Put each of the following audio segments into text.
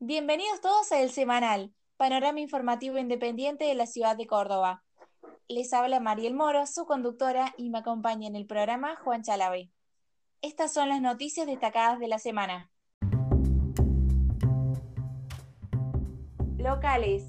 Bienvenidos todos a El Semanal, panorama informativo independiente de la ciudad de Córdoba. Les habla Mariel Moro, su conductora, y me acompaña en el programa Juan Chalabe. Estas son las noticias destacadas de la semana. Locales.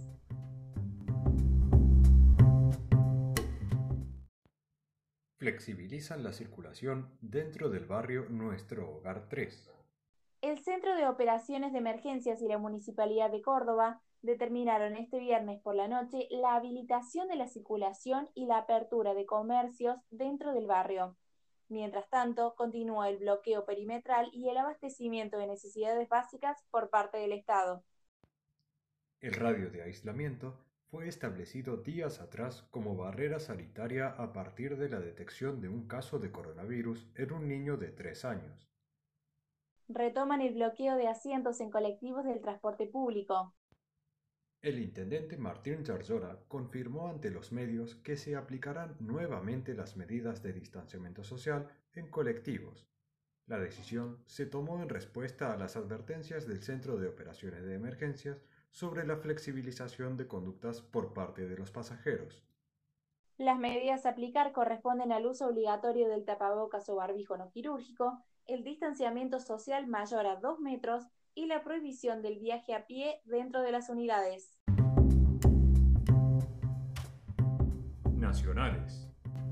Flexibilizan la circulación dentro del barrio Nuestro Hogar 3. El Centro de Operaciones de Emergencias y la Municipalidad de Córdoba determinaron este viernes por la noche la habilitación de la circulación y la apertura de comercios dentro del barrio. Mientras tanto, continúa el bloqueo perimetral y el abastecimiento de necesidades básicas por parte del Estado. El radio de aislamiento fue establecido días atrás como barrera sanitaria a partir de la detección de un caso de coronavirus en un niño de 3 años. Retoman el bloqueo de asientos en colectivos del transporte público. El intendente Martín Zarzora confirmó ante los medios que se aplicarán nuevamente las medidas de distanciamiento social en colectivos. La decisión se tomó en respuesta a las advertencias del Centro de Operaciones de Emergencias sobre la flexibilización de conductas por parte de los pasajeros. Las medidas a aplicar corresponden al uso obligatorio del tapabocas o barbijo no quirúrgico, el distanciamiento social mayor a 2 metros y la prohibición del viaje a pie dentro de las unidades. Nacionales.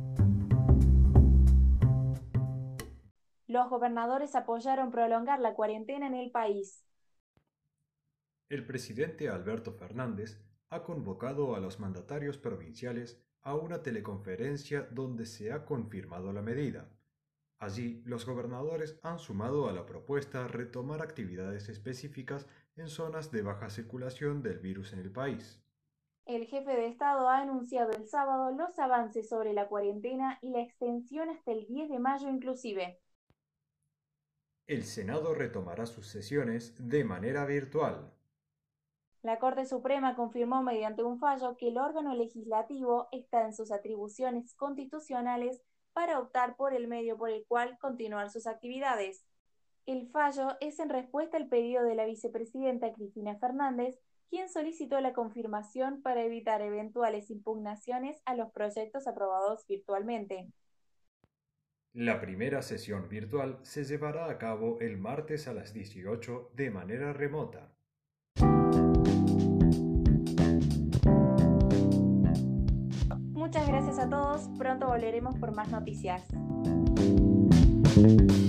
Los gobernadores apoyaron prolongar la cuarentena en el país. El presidente Alberto Fernández ha convocado a los mandatarios provinciales a una teleconferencia donde se ha confirmado la medida. Allí, los gobernadores han sumado a la propuesta retomar actividades específicas en zonas de baja circulación del virus en el país. El jefe de Estado ha anunciado el sábado los avances sobre la cuarentena y la extensión hasta el 10 de mayo inclusive. El Senado retomará sus sesiones de manera virtual. La Corte Suprema confirmó mediante un fallo que el órgano legislativo está en sus atribuciones constitucionales para optar por el medio por el cual continuar sus actividades. El fallo es en respuesta al pedido de la vicepresidenta Cristina Fernández, quien solicitó la confirmación para evitar eventuales impugnaciones a los proyectos aprobados virtualmente. La primera sesión virtual se llevará a cabo el martes a las 18 de manera remota. Muchas gracias a todos, pronto volveremos por más noticias.